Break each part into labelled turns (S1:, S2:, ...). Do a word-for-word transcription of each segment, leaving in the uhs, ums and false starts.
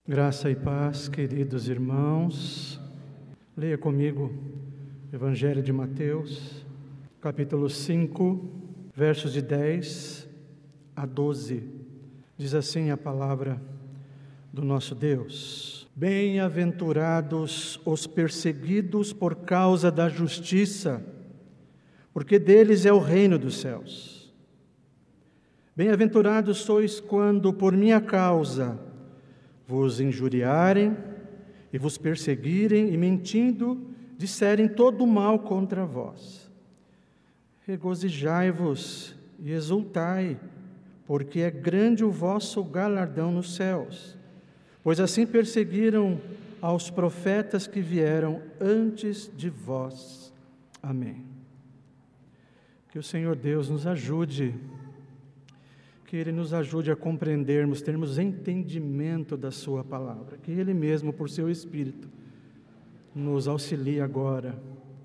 S1: Graça e paz, queridos irmãos. Leia comigo o Evangelho de Mateus, capítulo cinco, versos de dez a doze. Diz assim a palavra do nosso Deus: Bem-aventurados os perseguidos por causa da justiça, porque deles é o reino dos céus. Bem-aventurados sois quando, por minha causa, vos injuriarem e vos perseguirem e, mentindo, disserem todo o mal contra vós. Regozijai-vos e exultai, porque é grande o vosso galardão nos céus, pois assim perseguiram aos profetas que vieram antes de vós. Amém. Que o Senhor Deus nos ajude, que Ele nos ajude a compreendermos, termos entendimento da Sua palavra, que Ele mesmo, por Seu Espírito, nos auxilie agora.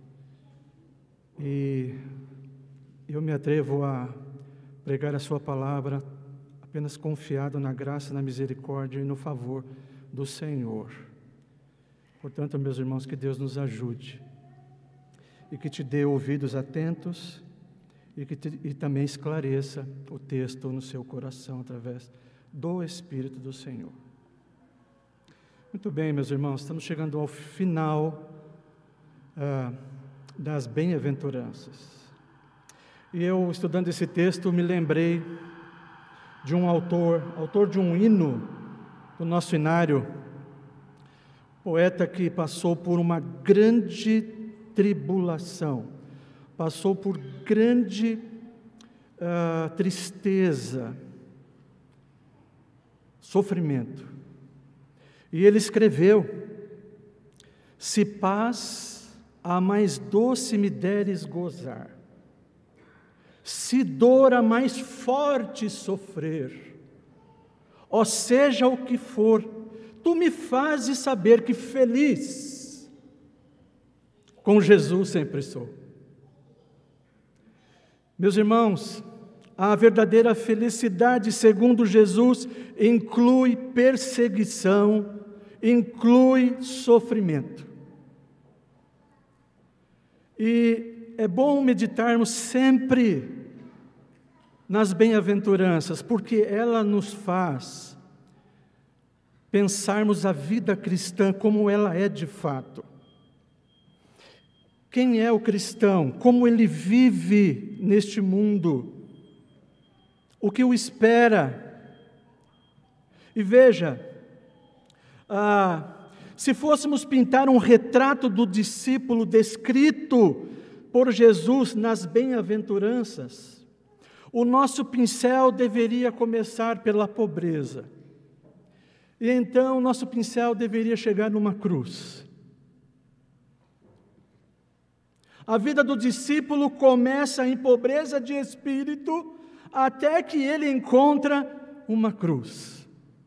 S1: E eu me atrevo a pregar a Sua palavra apenas confiado na graça, na misericórdia e no favor do Senhor. Portanto, meus irmãos, que Deus nos ajude e que te dê ouvidos atentos e que te, e também esclareça o texto no seu coração através do Espírito do Senhor. Muito bem, meus irmãos, estamos chegando ao final ah, das bem-aventuranças. E eu, estudando esse texto, me lembrei de um autor, autor de um hino do nosso hinário, poeta que passou por uma grande tribulação, passou por grande uh, tristeza, sofrimento. E ele escreveu: se paz a mais doce me deres gozar, se dor a mais forte sofrer, ó seja o que for, tu me fazes saber que feliz com Jesus sempre sou. Meus irmãos, a verdadeira felicidade, segundo Jesus, inclui perseguição, inclui sofrimento. E é bom meditarmos sempre nas bem-aventuranças, porque ela nos faz pensarmos a vida cristã como ela é de fato. Quem é o cristão? Como ele vive neste mundo? O que o espera? E veja, ah, se fôssemos pintar um retrato do discípulo descrito por Jesus nas bem-aventuranças, o nosso pincel deveria começar pela pobreza. E então o nosso pincel deveria chegar numa cruz. A vida do discípulo começa em pobreza de espírito, até que ele encontra uma cruz.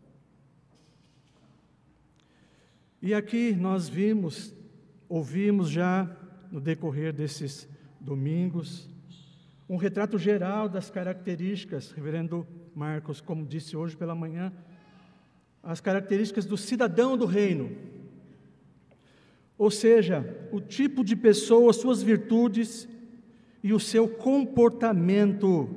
S1: E aqui nós vimos, ouvimos já no decorrer desses domingos, um retrato geral das características, reverendo Marcos, como disse hoje pela manhã, as características do cidadão do reino. Ou seja, o tipo de pessoa, suas virtudes e o seu comportamento.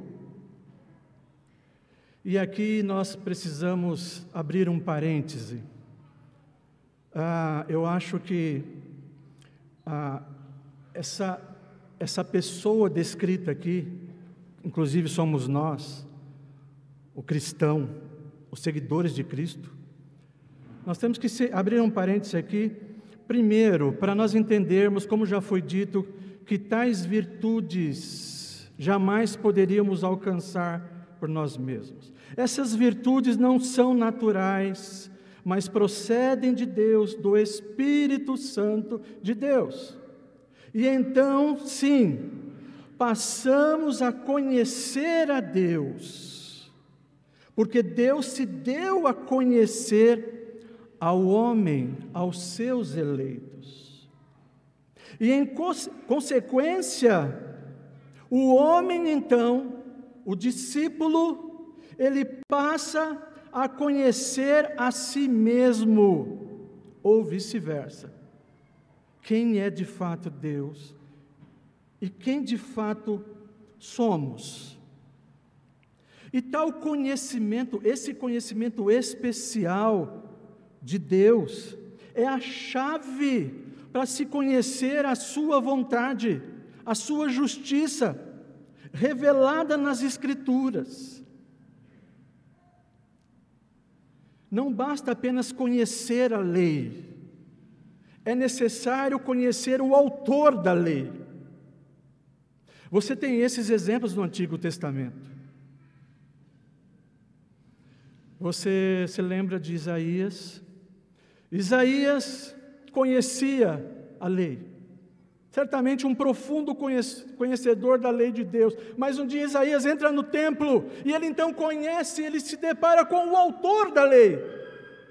S1: E aqui nós precisamos abrir um parêntese. Ah, eu acho que ah, essa, essa pessoa descrita aqui, inclusive somos nós, o cristão, os seguidores de Cristo, nós temos que se, abrir um parêntese aqui. Primeiro, para nós entendermos, como já foi dito, que tais virtudes jamais poderíamos alcançar por nós mesmos. Essas virtudes não são naturais, mas procedem de Deus, do Espírito Santo de Deus. E então, sim, passamos a conhecer a Deus, porque Deus se deu a conhecer ao homem, aos seus eleitos. E em consequência, o homem então, o discípulo, ele passa a conhecer a si mesmo, ou vice-versa. Quem é de fato Deus e quem de fato somos. E tal conhecimento, esse conhecimento especial de Deus, é a chave para se conhecer a sua vontade, a sua justiça, revelada nas Escrituras. Não basta apenas conhecer a lei, é necessário conhecer o autor da lei. Você tem esses exemplos no Antigo Testamento. Você se lembra de Isaías? Isaías conhecia a lei. Certamente um profundo conhecedor da lei de Deus. Mas um dia Isaías entra no templo e ele então conhece, ele se depara com o autor da lei.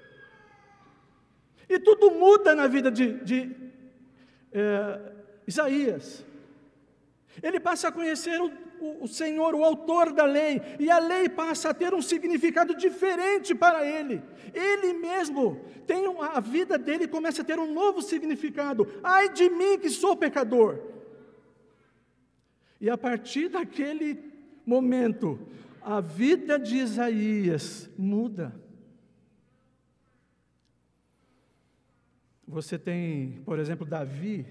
S1: E tudo muda na vida de, de é, Isaías. Ele passa a conhecer o, o, o Senhor, o autor da lei, e a lei passa a ter um significado diferente para ele. Ele mesmo, tem um, a vida dele começa a ter um novo significado. Ai de mim que sou pecador! E a partir daquele momento, a vida de Isaías muda. Você tem, por exemplo, Davi,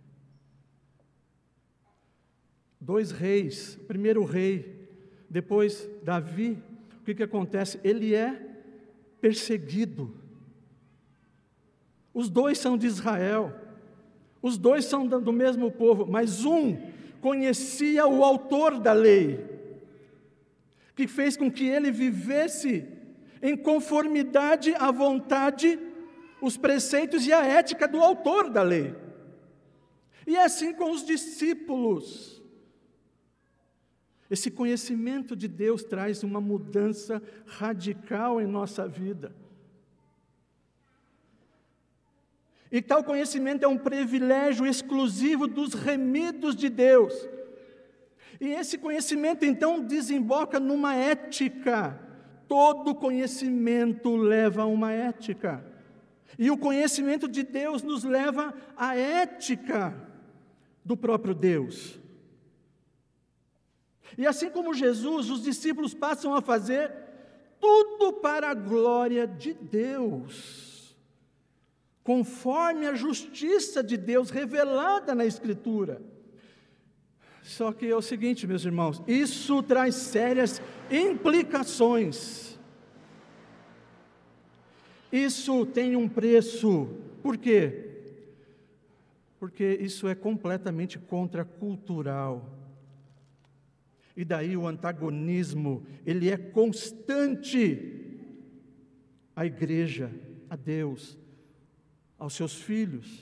S1: dois reis, primeiro rei, depois Davi, o que que acontece? Ele é perseguido. Os dois são de Israel, os dois são do mesmo povo, mas um conhecia o autor da lei, que fez com que ele vivesse em conformidade à vontade, os preceitos e a ética do autor da lei. E é assim com os discípulos. Esse conhecimento de Deus traz uma mudança radical em nossa vida. E tal conhecimento é um privilégio exclusivo dos remidos de Deus. E esse conhecimento, então, desemboca numa ética. Todo conhecimento leva a uma ética. E o conhecimento de Deus nos leva à ética do próprio Deus. E assim como Jesus, os discípulos passam a fazer tudo para a glória de Deus, conforme a justiça de Deus revelada na Escritura. Só que é o seguinte, meus irmãos, isso traz sérias implicações. Isso tem um preço. Por quê? Porque isso é completamente contracultural. E daí o antagonismo, ele é constante à igreja, a Deus, aos seus filhos.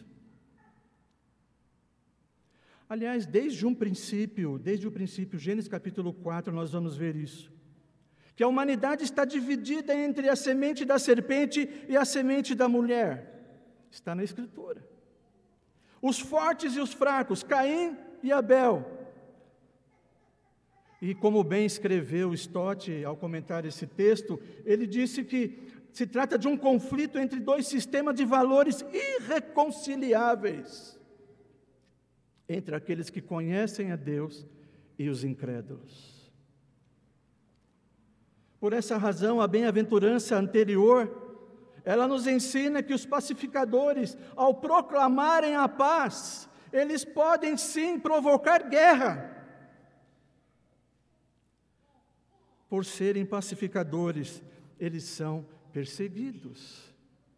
S1: Aliás, desde um princípio, desde o princípio, Gênesis capítulo quatro, nós vamos ver isso. Que a humanidade está dividida entre a semente da serpente e a semente da mulher. Está na Escritura. Os fortes e os fracos, Caim e Abel. E como bem escreveu Stott ao comentar esse texto, ele disse que se trata de um conflito entre dois sistemas de valores irreconciliáveis, entre aqueles que conhecem a Deus e os incrédulos. Por essa razão, a bem-aventurança anterior, ela nos ensina que os pacificadores, ao proclamarem a paz, eles podem sim provocar guerra. Por serem pacificadores, eles são perseguidos.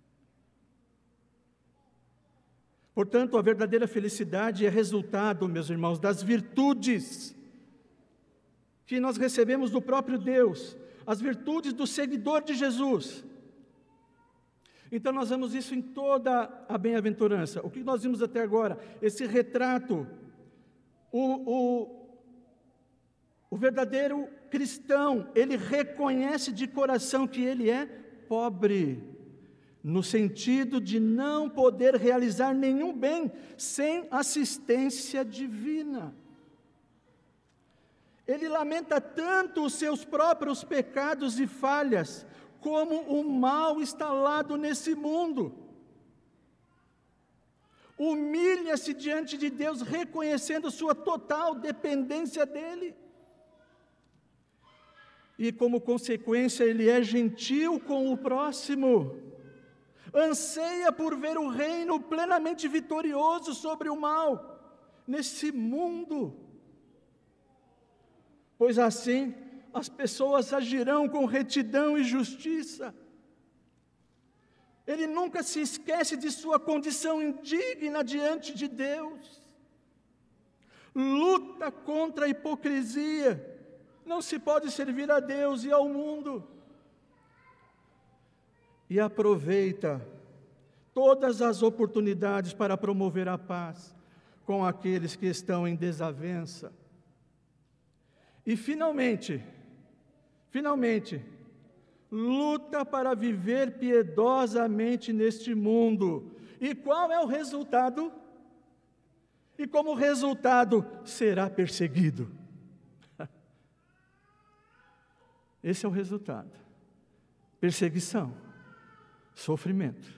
S1: Portanto, a verdadeira felicidade é resultado, meus irmãos, das virtudes que nós recebemos do próprio Deus, as virtudes do seguidor de Jesus. Então nós vemos isso em toda a bem-aventurança. O que nós vimos até agora? Esse retrato, o, o, o verdadeiro cristão, ele reconhece de coração que ele é pobre, no sentido de não poder realizar nenhum bem sem assistência divina. Ele lamenta tanto os seus próprios pecados e falhas, como o mal instalado nesse mundo. Humilha-se diante de Deus, reconhecendo sua total dependência dEle. E como consequência, ele é gentil com o próximo. Anseia por ver o reino plenamente vitorioso sobre o mal, nesse mundo. Pois assim, as pessoas agirão com retidão e justiça. Ele nunca se esquece de sua condição indigna diante de Deus. Luta contra a hipocrisia. Não se pode servir a Deus e ao mundo. E aproveita todas as oportunidades para promover a paz com aqueles que estão em desavença. E finalmente, finalmente, luta para viver piedosamente neste mundo. E qual é o resultado? E como resultado, será perseguido. Esse é o resultado. Perseguição, sofrimento.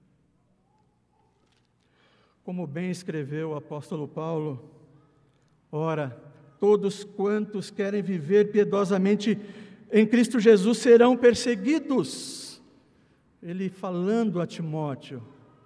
S1: Como bem escreveu o apóstolo Paulo, ora, todos quantos querem viver piedosamente em Cristo Jesus serão perseguidos. Ele falando a Timóteo,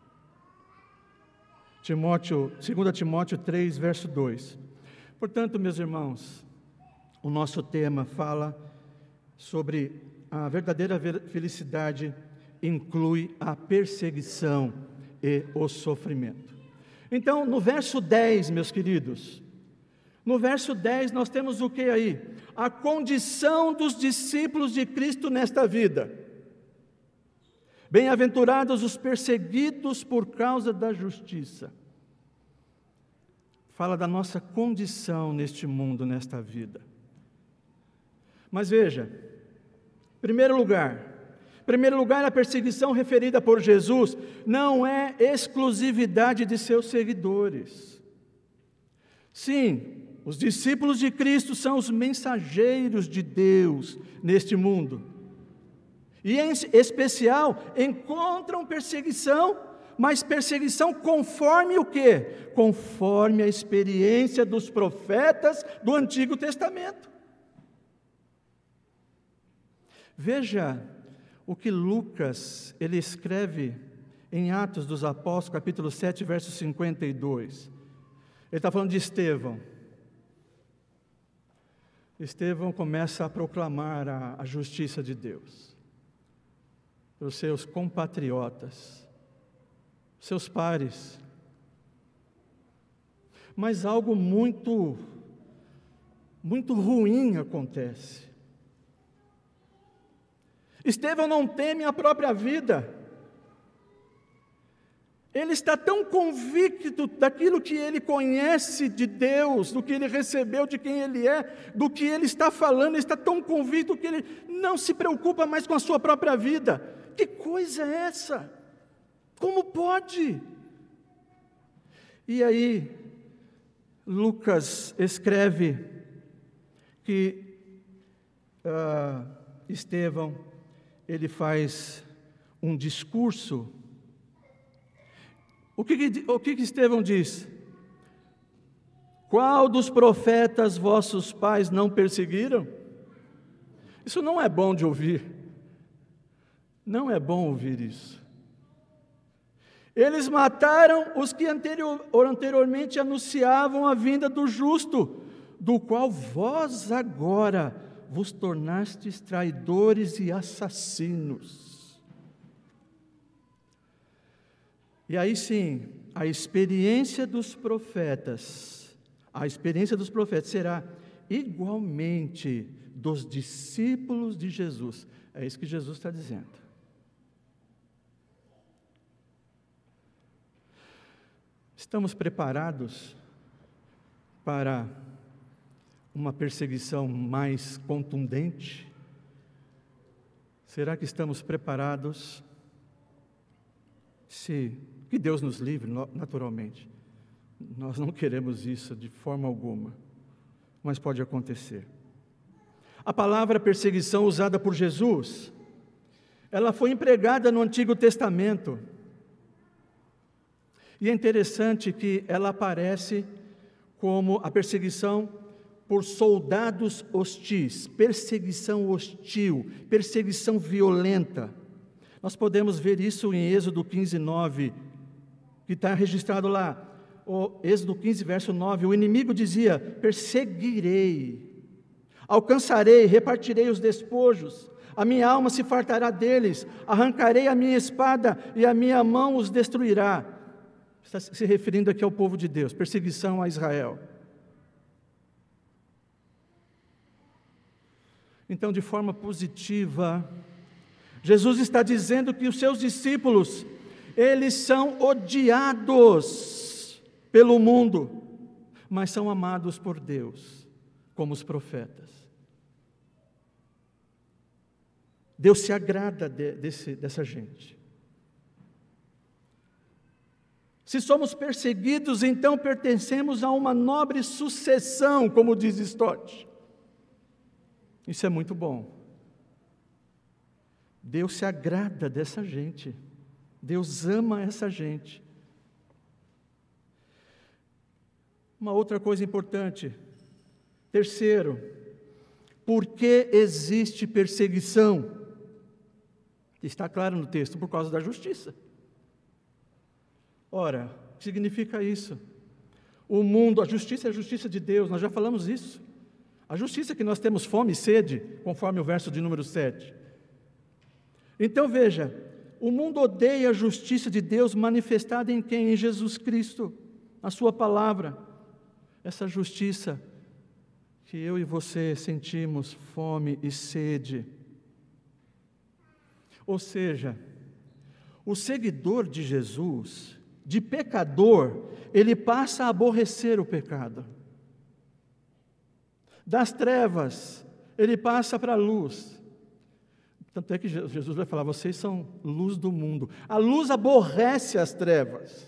S1: Timóteo, dois Timóteo três, verso dois. Portanto, meus irmãos, o nosso tema fala sobre a verdadeira felicidade, inclui a perseguição e o sofrimento. Então, no verso dez, meus queridos, no verso dez nós temos o que aí? A condição dos discípulos de Cristo nesta vida. Bem-aventurados os perseguidos por causa da justiça. Fala da nossa condição neste mundo, nesta vida. Mas veja, em primeiro lugar, em primeiro lugar, a perseguição referida por Jesus não é exclusividade de seus seguidores. Sim, os discípulos de Cristo são os mensageiros de Deus neste mundo. E em especial, encontram perseguição, mas perseguição conforme o quê? Conforme a experiência dos profetas do Antigo Testamento. Veja o que Lucas, ele escreve em Atos dos Apóstolos, capítulo sete, verso cinquenta e dois. Ele está falando de Estevão. Estevão começa a proclamar a, a justiça de Deus para os seus compatriotas, seus pares. Mas algo muito, muito ruim acontece. Estevão não teme a própria vida. Ele está tão convicto daquilo que ele conhece de Deus, do que ele recebeu, de quem ele é, do que ele está falando, ele está tão convicto que ele não se preocupa mais com a sua própria vida. Que coisa é essa? Como pode? E aí, Lucas escreve que uh, Estevão, ele faz um discurso. O que, o que Estevão diz? Qual dos profetas vossos pais não perseguiram? Isso não é bom de ouvir. Não é bom ouvir isso. Eles mataram os que anterior, anteriormente anunciavam a vinda do justo, do qual vós agora vos tornastes traidores e assassinos. E aí sim, a experiência dos profetas, a experiência dos profetas será igualmente dos discípulos de Jesus. É isso que Jesus está dizendo. Estamos preparados para uma perseguição mais contundente? Será que estamos preparados? Se, que Deus nos livre, naturalmente. Nós não queremos isso de forma alguma, mas pode acontecer. A palavra perseguição usada por Jesus ela foi empregada no Antigo Testamento. E é interessante que ela aparece como a perseguição por soldados hostis, perseguição hostil, perseguição violenta. Nós podemos ver isso em Êxodo quinze, nove, que está registrado lá. O Êxodo quinze, verso nove, o inimigo dizia: perseguirei, alcançarei, repartirei os despojos, a minha alma se fartará deles, arrancarei a minha espada e a minha mão os destruirá. Está se referindo aqui ao povo de Deus, perseguição a Israel. Então, de forma positiva, Jesus está dizendo que os seus discípulos, eles são odiados pelo mundo, mas são amados por Deus, como os profetas. Deus se agrada de, desse, dessa gente. Se somos perseguidos, então pertencemos a uma nobre sucessão, como diz Stott. Isso é muito bom. Deus se agrada dessa gente. Deus ama essa gente. Uma outra coisa importante. Terceiro, por que existe perseguição? Está claro no texto, por causa da justiça. Ora, o que significa isso? O mundo, a justiça é a justiça de Deus, nós já falamos isso. A justiça que nós temos fome e sede, conforme o verso de número sete. Então veja, o mundo odeia a justiça de Deus manifestada em quem? Em Jesus Cristo, na sua palavra. Essa justiça que eu e você sentimos fome e sede. Ou seja, o seguidor de Jesus, de pecador, ele passa a aborrecer o pecado. Das trevas, ele passa para a luz. Tanto é que Jesus vai falar: vocês são luz do mundo. A luz aborrece as trevas.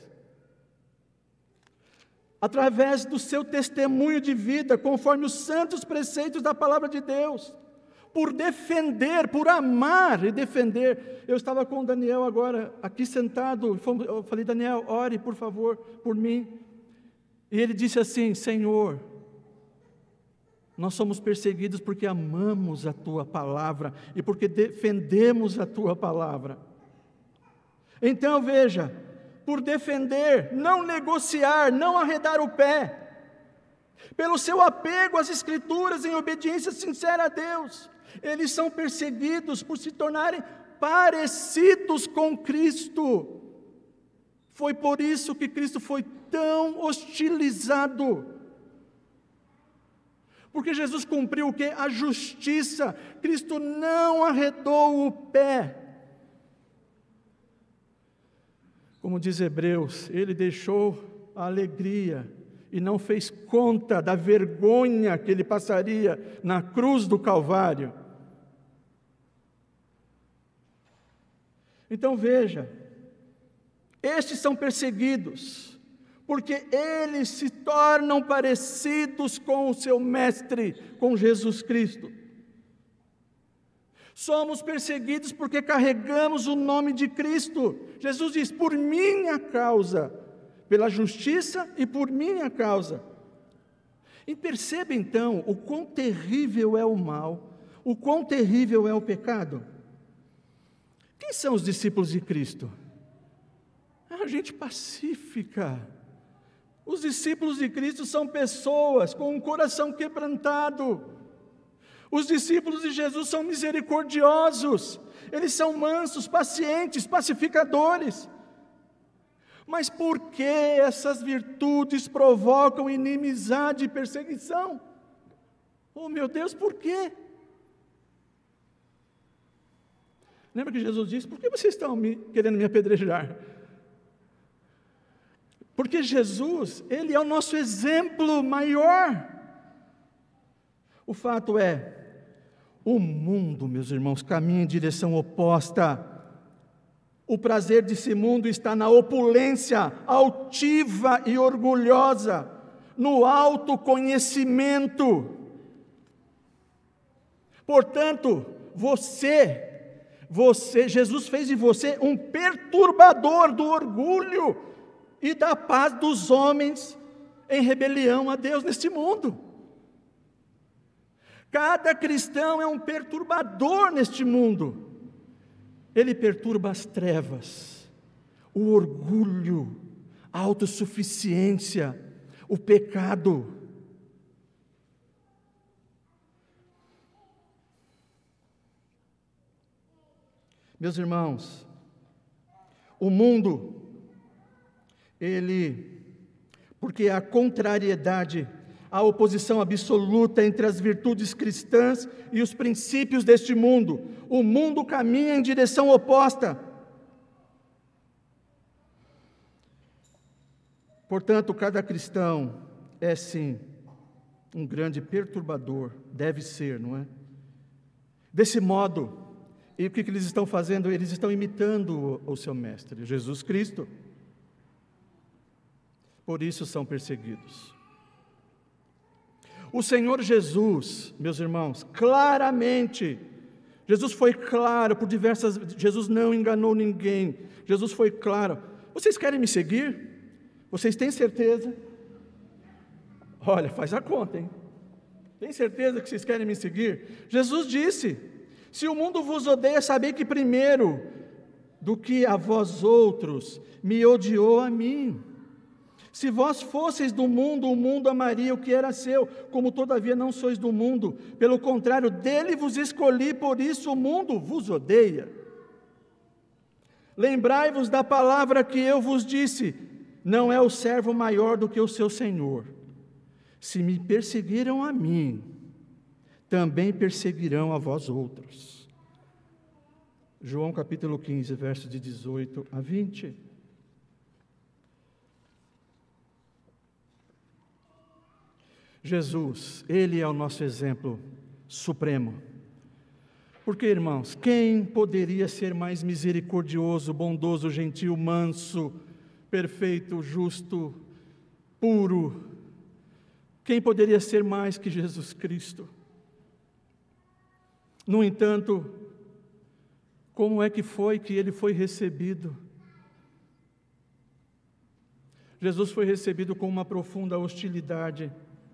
S1: Através do seu testemunho de vida, conforme os santos preceitos da palavra de Deus, por defender, por amar e defender. Eu estava com o Daniel agora, aqui sentado, eu falei: Daniel, ore por favor, por mim. E ele disse assim: Senhor, nós somos perseguidos porque amamos a Tua palavra e porque defendemos a Tua palavra. Então veja, por defender, não negociar, não arredar o pé, pelo seu apego às Escrituras em obediência sincera a Deus, eles são perseguidos por se tornarem parecidos com Cristo. Foi por isso que Cristo foi tão hostilizado. Porque Jesus cumpriu o quê? A justiça. Cristo não arredou o pé. Como diz Hebreus, Ele deixou a alegria e não fez conta da vergonha que Ele passaria na cruz do Calvário. Então veja, estes são perseguidos, porque eles se tornam parecidos com o seu Mestre, com Jesus Cristo. Somos perseguidos porque carregamos o nome de Cristo. Jesus diz: por minha causa, pela justiça e por minha causa. E perceba então o quão terrível é o mal, o quão terrível é o pecado. Quem são os discípulos de Cristo? É gente pacífica. Os discípulos de Cristo são pessoas com um coração quebrantado. Os discípulos de Jesus são misericordiosos. Eles são mansos, pacientes, pacificadores. Mas por que essas virtudes provocam inimizade e perseguição? Oh meu Deus, por quê? Lembra que Jesus disse: por que vocês estão me, querendo me apedrejar? Porque Jesus, Ele é o nosso exemplo maior. O fato é, o mundo, meus irmãos, caminha em direção oposta. O prazer desse mundo está na opulência altiva e orgulhosa, no autoconhecimento. Portanto, você Você, Jesus fez de você um perturbador do orgulho e da paz dos homens em rebelião a Deus neste mundo. Cada cristão é um perturbador neste mundo. Ele perturba as trevas, o orgulho, a autossuficiência, o pecado. Meus irmãos, o mundo, ele, porque a contrariedade, a oposição absoluta entre as virtudes cristãs e os princípios deste mundo, o mundo caminha em direção oposta. Portanto, cada cristão é sim um grande perturbador, deve ser, não é? Desse modo, e o que, que eles estão fazendo? Eles estão imitando o, o seu mestre, Jesus Cristo. Por isso são perseguidos. O Senhor Jesus, meus irmãos, claramente, Jesus foi claro por diversas vezes, Jesus não enganou ninguém, Jesus foi claro. Vocês querem me seguir? Vocês têm certeza? Olha, faz a conta, hein? Tem certeza que vocês querem me seguir? Jesus disse: se o mundo vos odeia, sabei que primeiro do que a vós outros, me odiou a mim. Se vós fosseis do mundo, o mundo amaria o que era seu, como todavia não sois do mundo, pelo contrário, dele vos escolhi, por isso o mundo vos odeia. Lembrai-vos da palavra que eu vos disse: não é o servo maior do que o seu senhor. Se me perseguiram a mim, também perseguirão a vós outros. João capítulo quinze, versos de dezoito a vinte. Jesus, Ele é o nosso exemplo supremo. Porque, irmãos, quem poderia ser mais misericordioso, bondoso, gentil, manso, perfeito, justo, puro? Quem poderia ser mais que Jesus Cristo? No entanto, como é que foi que Ele foi recebido? Jesus foi recebido com uma profunda hostilidade.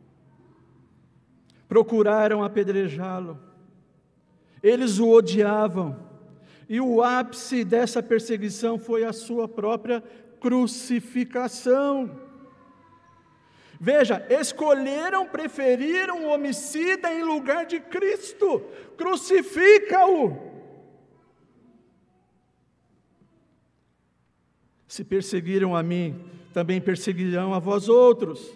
S1: Procuraram apedrejá-lo, eles o odiavam, e o ápice dessa perseguição foi a sua própria crucificação. Veja, escolheram, preferiram o homicida em lugar de Cristo. Crucifica-o! Se perseguiram a mim, também perseguirão a vós outros.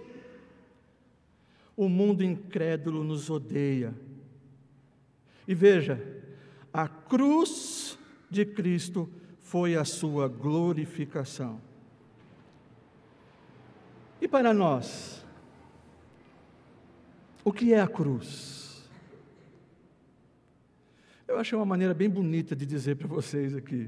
S1: O mundo incrédulo nos odeia. E veja, a cruz de Cristo foi a sua glorificação. E para nós, o que é a cruz? Eu achei uma maneira bem bonita de dizer para vocês aqui.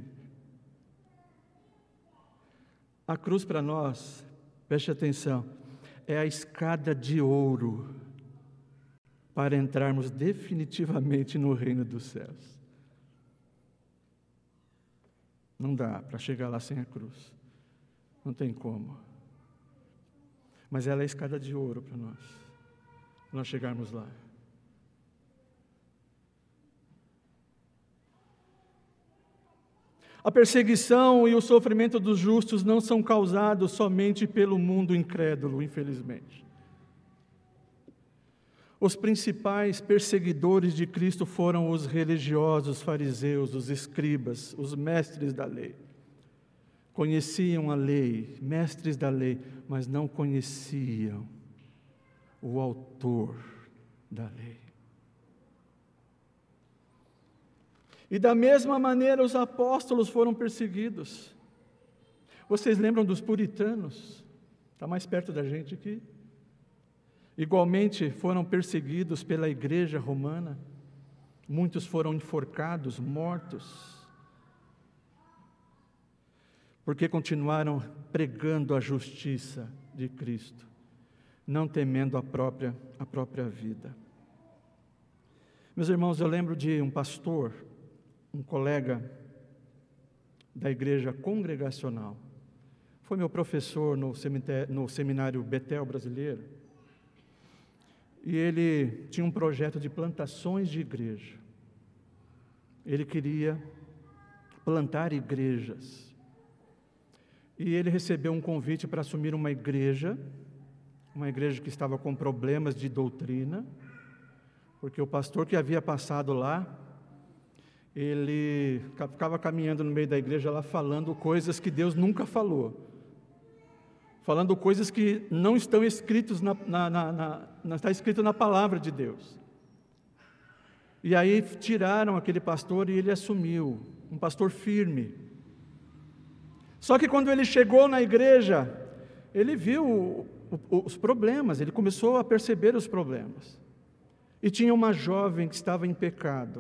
S1: A cruz para nós, preste atenção, é a escada de ouro para entrarmos definitivamente no reino dos céus. Não dá para chegar lá sem a cruz. Não tem como. Mas ela é a escada de ouro para nós, para nós chegarmos lá. A perseguição e o sofrimento dos justos não são causados somente pelo mundo incrédulo, infelizmente. Os principais perseguidores de Cristo foram os religiosos, os fariseus, os escribas, os mestres da lei. Conheciam a lei, mestres da lei, mas não conheciam o autor da lei. E da mesma maneira os apóstolos foram perseguidos. Vocês lembram dos puritanos? Está mais perto da gente aqui. Igualmente foram perseguidos pela igreja romana. Muitos foram enforcados, mortos, porque continuaram pregando a justiça de Cristo, não temendo a própria, a própria vida. Meus irmãos, eu lembro de um pastor um colega da igreja congregacional, foi meu professor no, no seminário Betel brasileiro, e ele tinha um projeto de plantações de igreja. Ele queria plantar igrejas. E ele recebeu um convite para assumir uma igreja, uma igreja que estava com problemas de doutrina, porque o pastor que havia passado lá, ele ficava caminhando no meio da igreja lá falando coisas que Deus nunca falou. Falando coisas que não estão escritas na, na, na, na, não está escrito na palavra de Deus. E aí tiraram aquele pastor e ele assumiu, um pastor firme. Só que quando ele chegou na igreja, ele viu o, o, os problemas, ele começou a perceber os problemas. E tinha uma jovem que estava em pecado.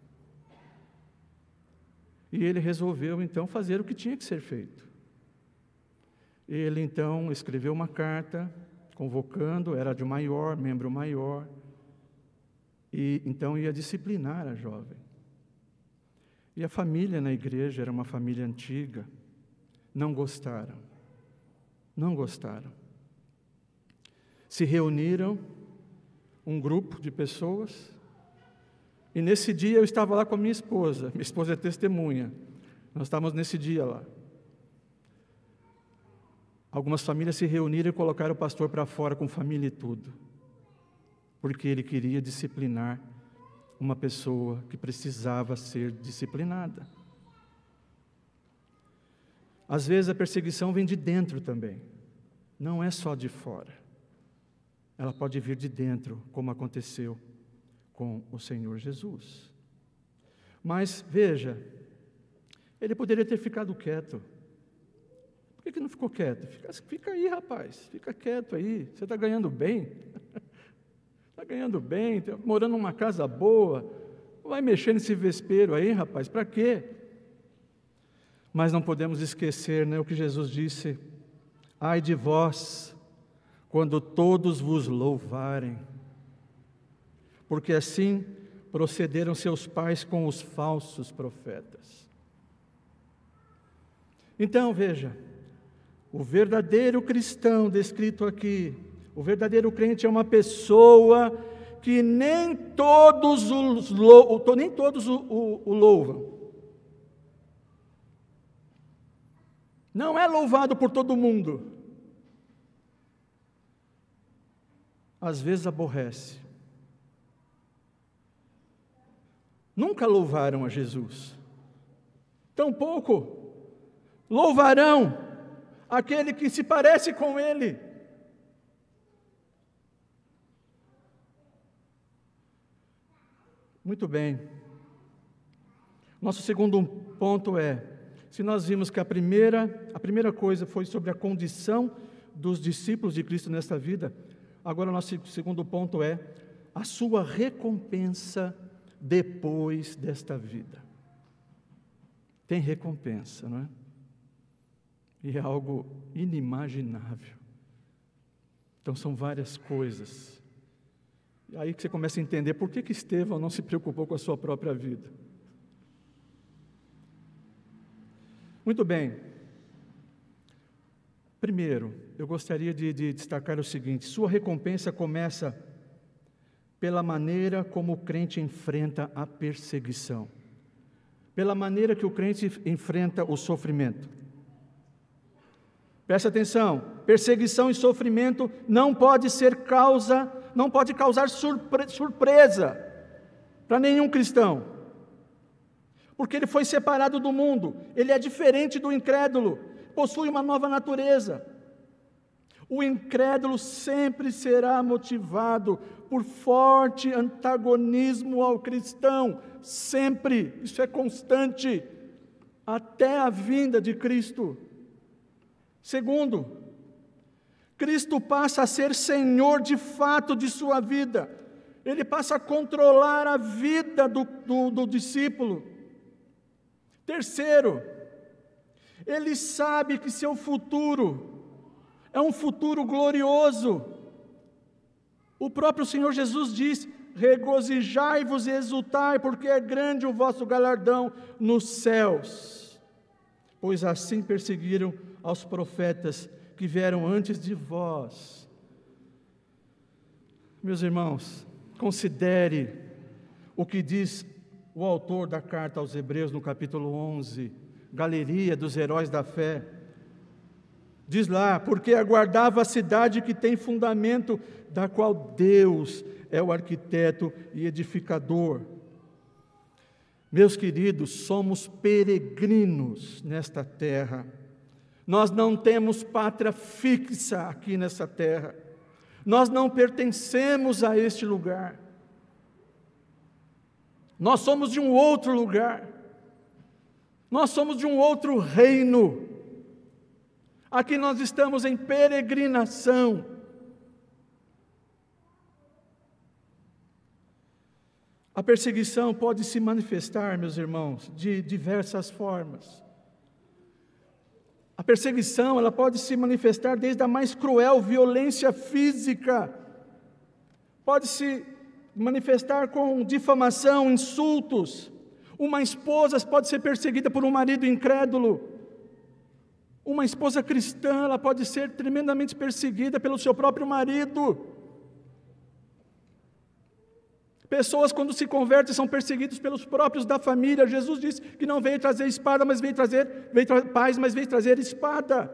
S1: E ele resolveu então fazer o que tinha que ser feito. Ele então escreveu uma carta, convocando, era de maior, membro maior, e então ia disciplinar a jovem. E a família na igreja era uma família antiga, não gostaram, não gostaram. Se reuniram, um grupo de pessoas, e nesse dia eu estava lá com a minha esposa, minha esposa é testemunha, nós estávamos nesse dia lá. Algumas famílias se reuniram e colocaram o pastor para fora com família e tudo, porque ele queria disciplinar uma pessoa que precisava ser disciplinada. Às vezes a perseguição vem de dentro também, não é só de fora. Ela pode vir de dentro, como aconteceu com o Senhor Jesus. Mas, veja, ele poderia ter ficado quieto. Por que que não ficou quieto? Fica, fica aí, rapaz, fica quieto aí, você está ganhando bem. Está ganhando bem, tá morando numa casa boa, não vai mexer nesse vespeiro aí, rapaz, para quê? Mas não podemos esquecer, né, o que Jesus disse: ai de vós, quando todos vos louvarem, porque assim procederam seus pais com os falsos profetas. Então, veja, o verdadeiro cristão descrito aqui, o verdadeiro crente é uma pessoa que nem todos, os, nem todos o, o, o louvam. Não é louvado por todo mundo. Às vezes aborrece. Nunca louvaram a Jesus. Tampouco louvarão aquele que se parece com Ele. Muito bem. Nosso segundo ponto é, se nós vimos que a primeira, a primeira coisa foi sobre a condição dos discípulos de Cristo nesta vida, agora o nosso segundo ponto é a sua recompensa depois desta vida. Tem recompensa, não é? E é algo inimaginável. Então são várias coisas. E aí que você começa a entender por que que Estevão não se preocupou com a sua própria vida. Muito bem. Primeiro, eu gostaria de, de destacar o seguinte: sua recompensa começa pela maneira como o crente enfrenta a perseguição, pela maneira que o crente enfrenta o sofrimento. Presta atenção, perseguição e sofrimento não pode ser causa, não pode causar surpre, surpresa para nenhum cristão, porque ele foi separado do mundo, ele é diferente do incrédulo, possui uma nova natureza. O incrédulo sempre será motivado por forte antagonismo ao cristão, sempre, isso é constante, até a vinda de Cristo. Segundo, Cristo passa a ser Senhor de fato de sua vida, Ele passa a controlar a vida do, do, do discípulo. Terceiro, Ele sabe que seu futuro é um futuro glorioso. O próprio Senhor Jesus diz: regozijai-vos e exultai, porque é grande o vosso galardão nos céus. Pois assim perseguiram aos profetas que vieram antes de vós. Meus irmãos, considere o que diz o autor da carta aos Hebreus no capítulo onze, galeria dos heróis da fé. Diz lá, porque aguardava a cidade que tem fundamento, da qual Deus é o arquiteto e edificador. Meus queridos, somos peregrinos nesta terra. Nós não temos pátria fixa aqui nessa terra. Nós não pertencemos a este lugar. Nós somos de um outro lugar. Nós somos de um outro reino. Aqui nós estamos em peregrinação. A perseguição pode se manifestar, meus irmãos, de diversas formas. A perseguição, ela pode se manifestar desde a mais cruel violência física. Pode se manifestar com difamação, insultos. Uma esposa pode ser perseguida por um marido incrédulo. Uma esposa cristã, ela pode ser tremendamente perseguida pelo seu próprio marido. Pessoas, quando se convertem, são perseguidos pelos próprios da família. Jesus disse que não veio trazer espada, mas veio trazer veio tra- paz, mas veio trazer espada.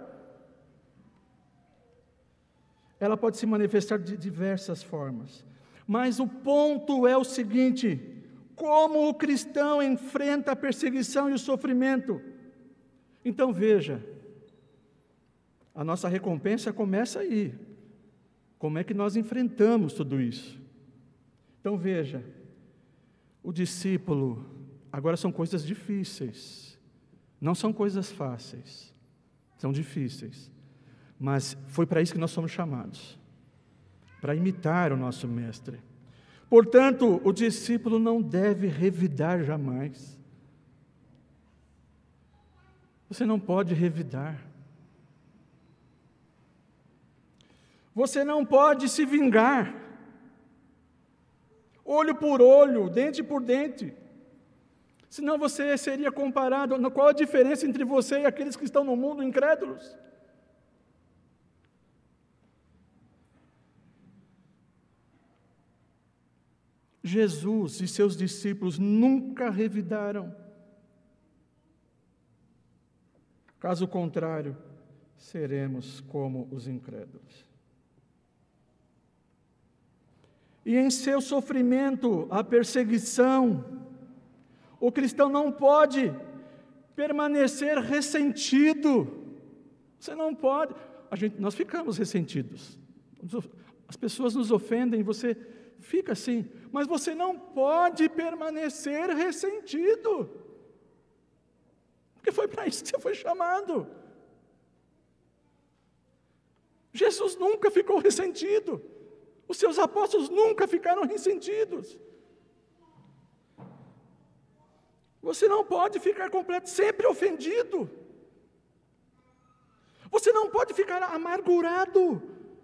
S1: Ela pode se manifestar de diversas formas. Mas o ponto é o seguinte: como o cristão enfrenta a perseguição e o sofrimento? Então veja, a nossa recompensa começa aí. Como é que nós enfrentamos tudo isso? Então veja, o discípulo, agora são coisas difíceis, não são coisas fáceis, são difíceis, mas foi para isso que nós somos chamados, para imitar o nosso mestre. Portanto, o discípulo não deve revidar jamais. Você não pode revidar. Você não pode se vingar. Olho por olho, dente por dente. Senão você seria comparado. Qual a diferença entre você e aqueles que estão no mundo incrédulos? Jesus e seus discípulos nunca revidaram. Caso contrário, seremos como os incrédulos. E em seu sofrimento, a perseguição, o cristão não pode permanecer ressentido. Você não pode. A gente, nós ficamos ressentidos. As pessoas nos ofendem, você fica assim. Mas você não pode permanecer ressentido. Porque foi para isso que você foi chamado. Jesus nunca ficou ressentido. Os seus apóstolos nunca ficaram ressentidos. Você não pode ficar completo, sempre ofendido. Você não pode ficar amargurado.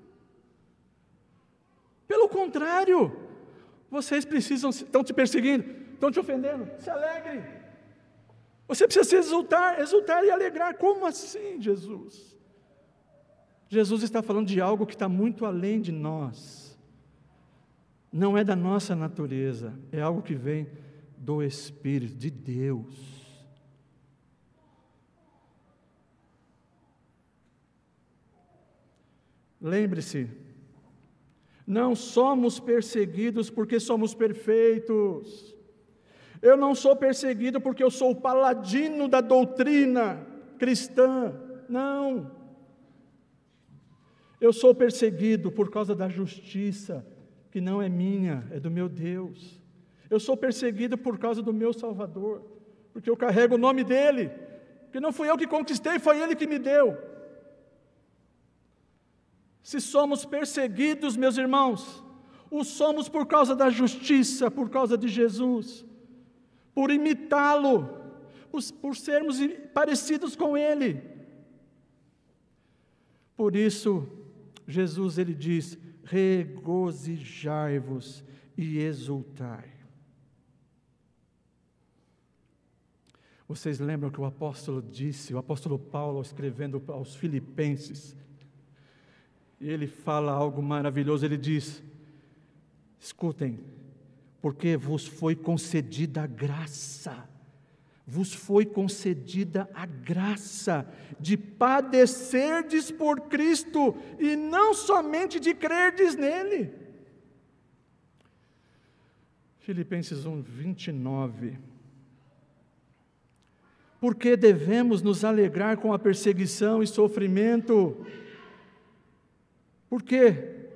S1: Pelo contrário, vocês precisam, estão te perseguindo, estão te ofendendo, se alegre. Você precisa se exultar, exultar e alegrar. Como assim, Jesus? Jesus está falando de algo que está muito além de nós. Não é da nossa natureza, é algo que vem do Espírito de Deus. Lembre-se, não somos perseguidos porque somos perfeitos. Eu não sou perseguido porque eu sou o paladino da doutrina cristã. Não. Eu sou perseguido por causa da justiça, que não é minha, é do meu Deus. Eu sou perseguido por causa do meu Salvador, porque eu carrego o nome dEle, que não fui eu que conquistei, foi Ele que me deu. Se somos perseguidos, meus irmãos, o somos por causa da justiça, por causa de Jesus, por imitá-lo, por, por sermos parecidos com Ele. Por isso, Jesus, Ele diz: regozijai-vos e exultai. Vocês lembram que o apóstolo disse, o apóstolo Paulo escrevendo aos Filipenses, e ele fala algo maravilhoso, ele diz, escutem, porque vos foi concedida a graça, vos foi concedida a graça de padecerdes por Cristo, e não somente de crerdes nele. Filipenses um, vinte e nove. Porque devemos nos alegrar com a perseguição e sofrimento? Por quê?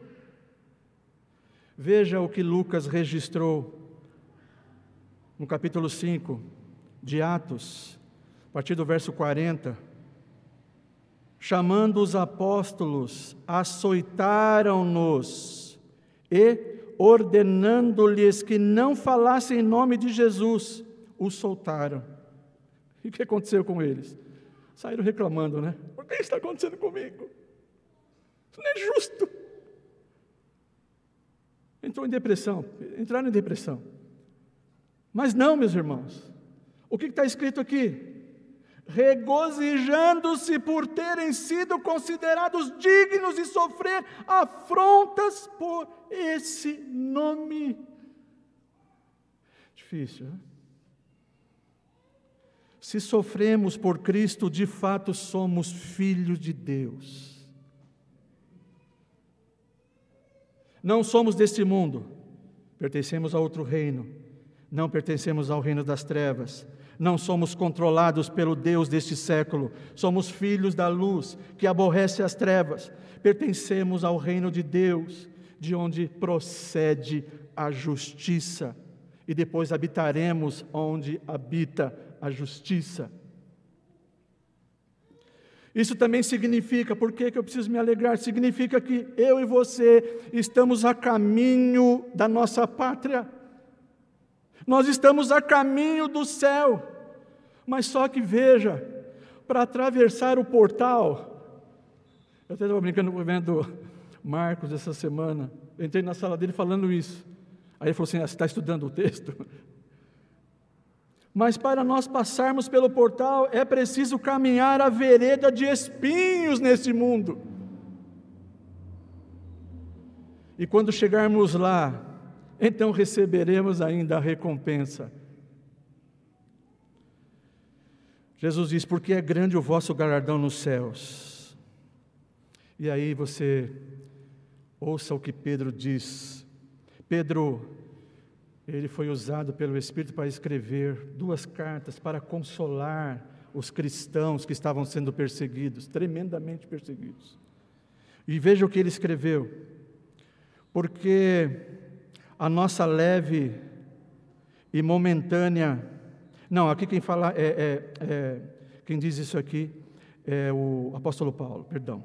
S1: Veja o que Lucas registrou no capítulo cinco de Atos, a partir do verso quarenta. Chamando os apóstolos, açoitaram-nos e, ordenando-lhes que não falassem em nome de Jesus, os soltaram. E o que aconteceu com eles? Saíram reclamando, né? Por que isso está acontecendo comigo? Isso não é justo. Entrou em depressão, entraram em depressão. Mas não, meus irmãos. O que está escrito aqui? Regozijando-se por terem sido considerados dignos de sofrer afrontas por esse nome. Difícil, né? Se sofremos por Cristo, de fato somos filhos de Deus. Não somos deste mundo, pertencemos a outro reino, não pertencemos ao reino das trevas, não somos controlados pelo Deus deste século, somos filhos da luz, que aborrece as trevas, pertencemos ao reino de Deus, de onde procede a justiça, e depois habitaremos onde habita a justiça. Isso também significa, por que que eu preciso me alegrar? Significa que eu e você estamos a caminho da nossa pátria. Nós estamos a caminho do céu. Mas só que veja, para atravessar o portal, eu até estava brincando com o vendo Marcos essa semana, eu entrei na sala dele falando isso. Aí ele falou assim, ah, você está estudando o texto? Mas para nós passarmos pelo portal, é preciso caminhar a vereda de espinhos nesse mundo. E quando chegarmos lá, então receberemos ainda a recompensa. Jesus diz, porque é grande o vosso galardão nos céus. E aí você ouça o que Pedro diz. Pedro, ele foi usado pelo Espírito para escrever duas cartas para consolar os cristãos que estavam sendo perseguidos, tremendamente perseguidos. E veja o que ele escreveu. Porque a nossa leve e momentânea... Não, aqui quem fala, é, é, é, quem diz isso aqui é o apóstolo Paulo, perdão.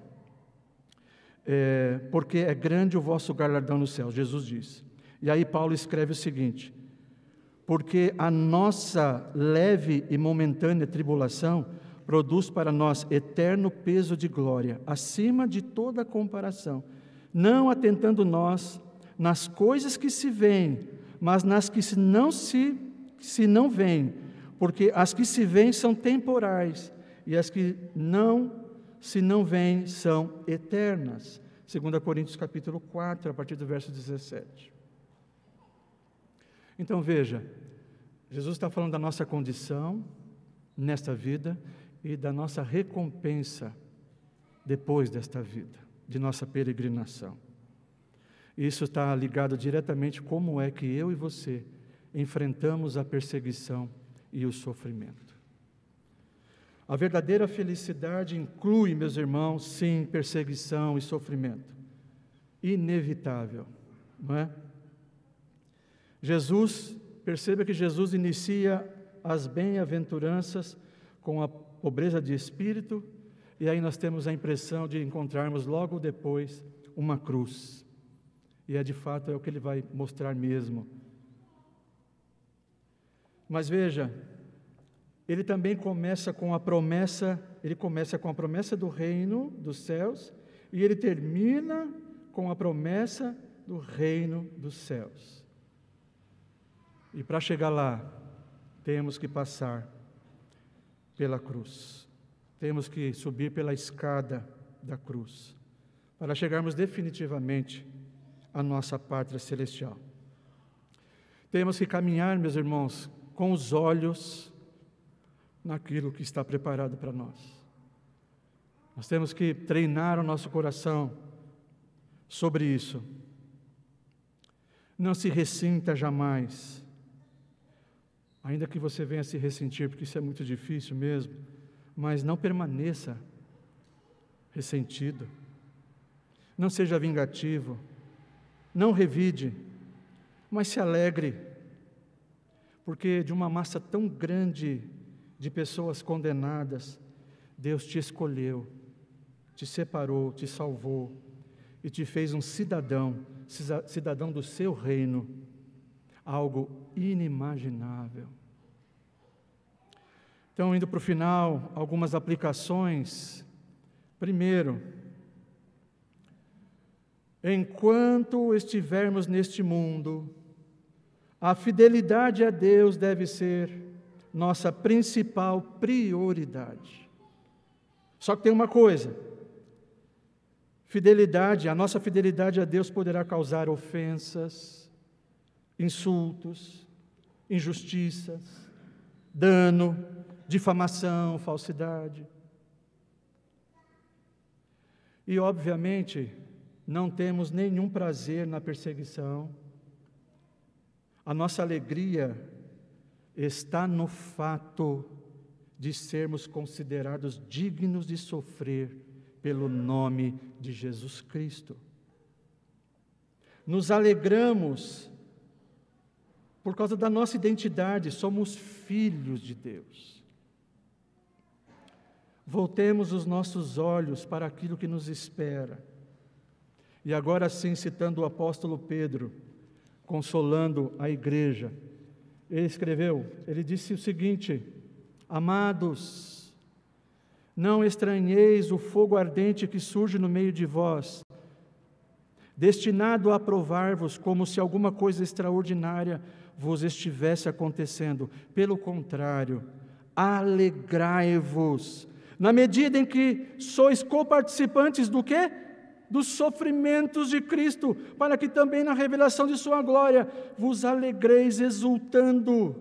S1: É, porque é grande o vosso galardão no céu, Jesus diz. E aí Paulo escreve o seguinte, porque a nossa leve e momentânea tribulação produz para nós eterno peso de glória, acima de toda comparação, não atentando nós nas coisas que se veem, mas nas que se não se, se não veem, porque as que se veem são temporais, e as que não se não veem são eternas. Segunda Coríntios capítulo quatro, a partir do verso dezessete. Então veja, Jesus está falando da nossa condição nesta vida e da nossa recompensa depois desta vida, de nossa peregrinação. Isso está ligado diretamente como é que eu e você enfrentamos a perseguição e o sofrimento. A verdadeira felicidade inclui, meus irmãos, sim, perseguição e sofrimento. Inevitável, não é? Jesus, perceba que Jesus inicia as bem-aventuranças com a pobreza de espírito, e aí nós temos a impressão de encontrarmos logo depois uma cruz. E é de fato é o que ele vai mostrar mesmo. Mas veja, ele também começa com a promessa, ele começa com a promessa do reino dos céus, e ele termina com a promessa do reino dos céus. E para chegar lá, temos que passar pela cruz. Temos que subir pela escada da cruz, para chegarmos definitivamente à nossa pátria celestial. Temos que caminhar, meus irmãos, com os olhos naquilo que está preparado para nós. Nós temos que treinar o nosso coração sobre isso. Não se ressinta jamais, ainda que você venha se ressentir, porque isso é muito difícil mesmo, mas não permaneça ressentido, não seja vingativo, não revide, mas se alegre, porque de uma massa tão grande de pessoas condenadas, Deus te escolheu, te separou, te salvou e te fez um cidadão, cidadão do seu reino, algo inimaginável. Então, indo para o final, algumas aplicações. Primeiro, enquanto estivermos neste mundo, a fidelidade a Deus deve ser nossa principal prioridade. Só que tem uma coisa: fidelidade, a nossa fidelidade a Deus poderá causar ofensas, insultos, injustiças, dano, difamação, falsidade. E, obviamente, não temos nenhum prazer na perseguição. A nossa alegria está no fato de sermos considerados dignos de sofrer pelo nome de Jesus Cristo. Nos alegramos por causa da nossa identidade, somos filhos de Deus. Voltemos os nossos olhos para aquilo que nos espera. E agora sim, citando o apóstolo Pedro, consolando a igreja, ele escreveu, ele disse o seguinte: amados, não estranheis o fogo ardente que surge no meio de vós, destinado a provar-vos como se alguma coisa extraordinária vos estivesse acontecendo. Pelo contrário, alegrai-vos, na medida em que sois coparticipantes do quê? Dos sofrimentos de Cristo, para que também na revelação de sua glória vos alegreis exultando.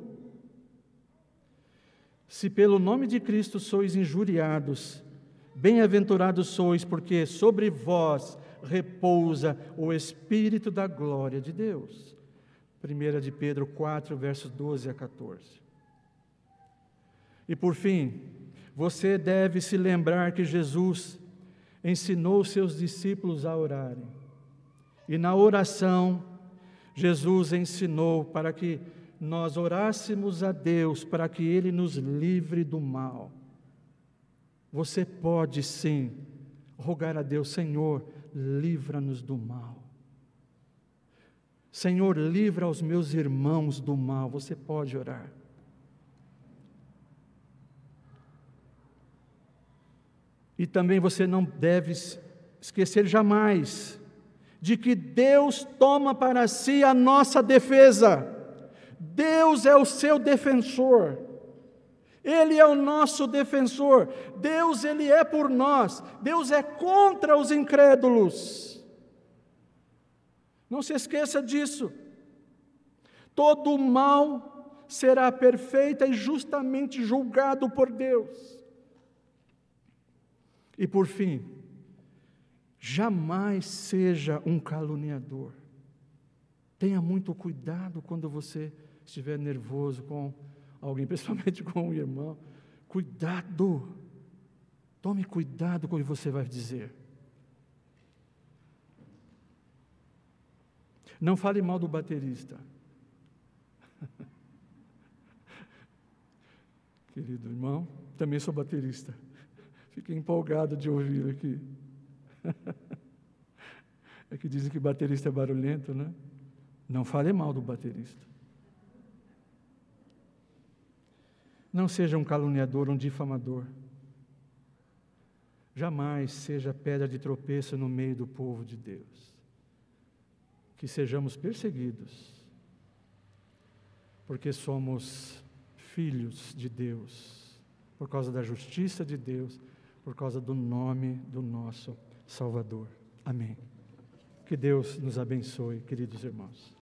S1: Se pelo nome de Cristo sois injuriados, bem-aventurados sois, porque sobre vós repousa o Espírito da glória de Deus. primeira de Pedro quatro, versos doze a quatorze. E por fim, você deve se lembrar que Jesus ensinou seus discípulos a orarem. E na oração, Jesus ensinou para que nós orássemos a Deus, para que Ele nos livre do mal. Você pode sim rogar a Deus: Senhor, livra-nos do mal. Senhor, livra os meus irmãos do mal. Você pode orar. E também você não deve esquecer jamais de que Deus toma para si a nossa defesa. Deus é o seu defensor. Ele é o nosso defensor. Deus, Ele é por nós. Deus é contra os incrédulos. Não se esqueça disso. Todo o mal será perfeita e justamente julgado por Deus. E por fim, jamais seja um caluniador. Tenha muito cuidado quando você estiver nervoso com alguém, principalmente com um irmão. Cuidado, tome cuidado com o que você vai dizer. Não fale mal do baterista. Querido irmão, também sou baterista. Fiquei empolgado de ouvir aqui. É que dizem que baterista é barulhento, né? Não fale mal do baterista. Não seja um caluniador, um difamador. Jamais seja pedra de tropeço no meio do povo de Deus. Que sejamos perseguidos. porque somos filhos de Deus, por causa da justiça de Deus, por causa do nome do nosso Salvador. Amém. Que Deus nos abençoe, queridos irmãos.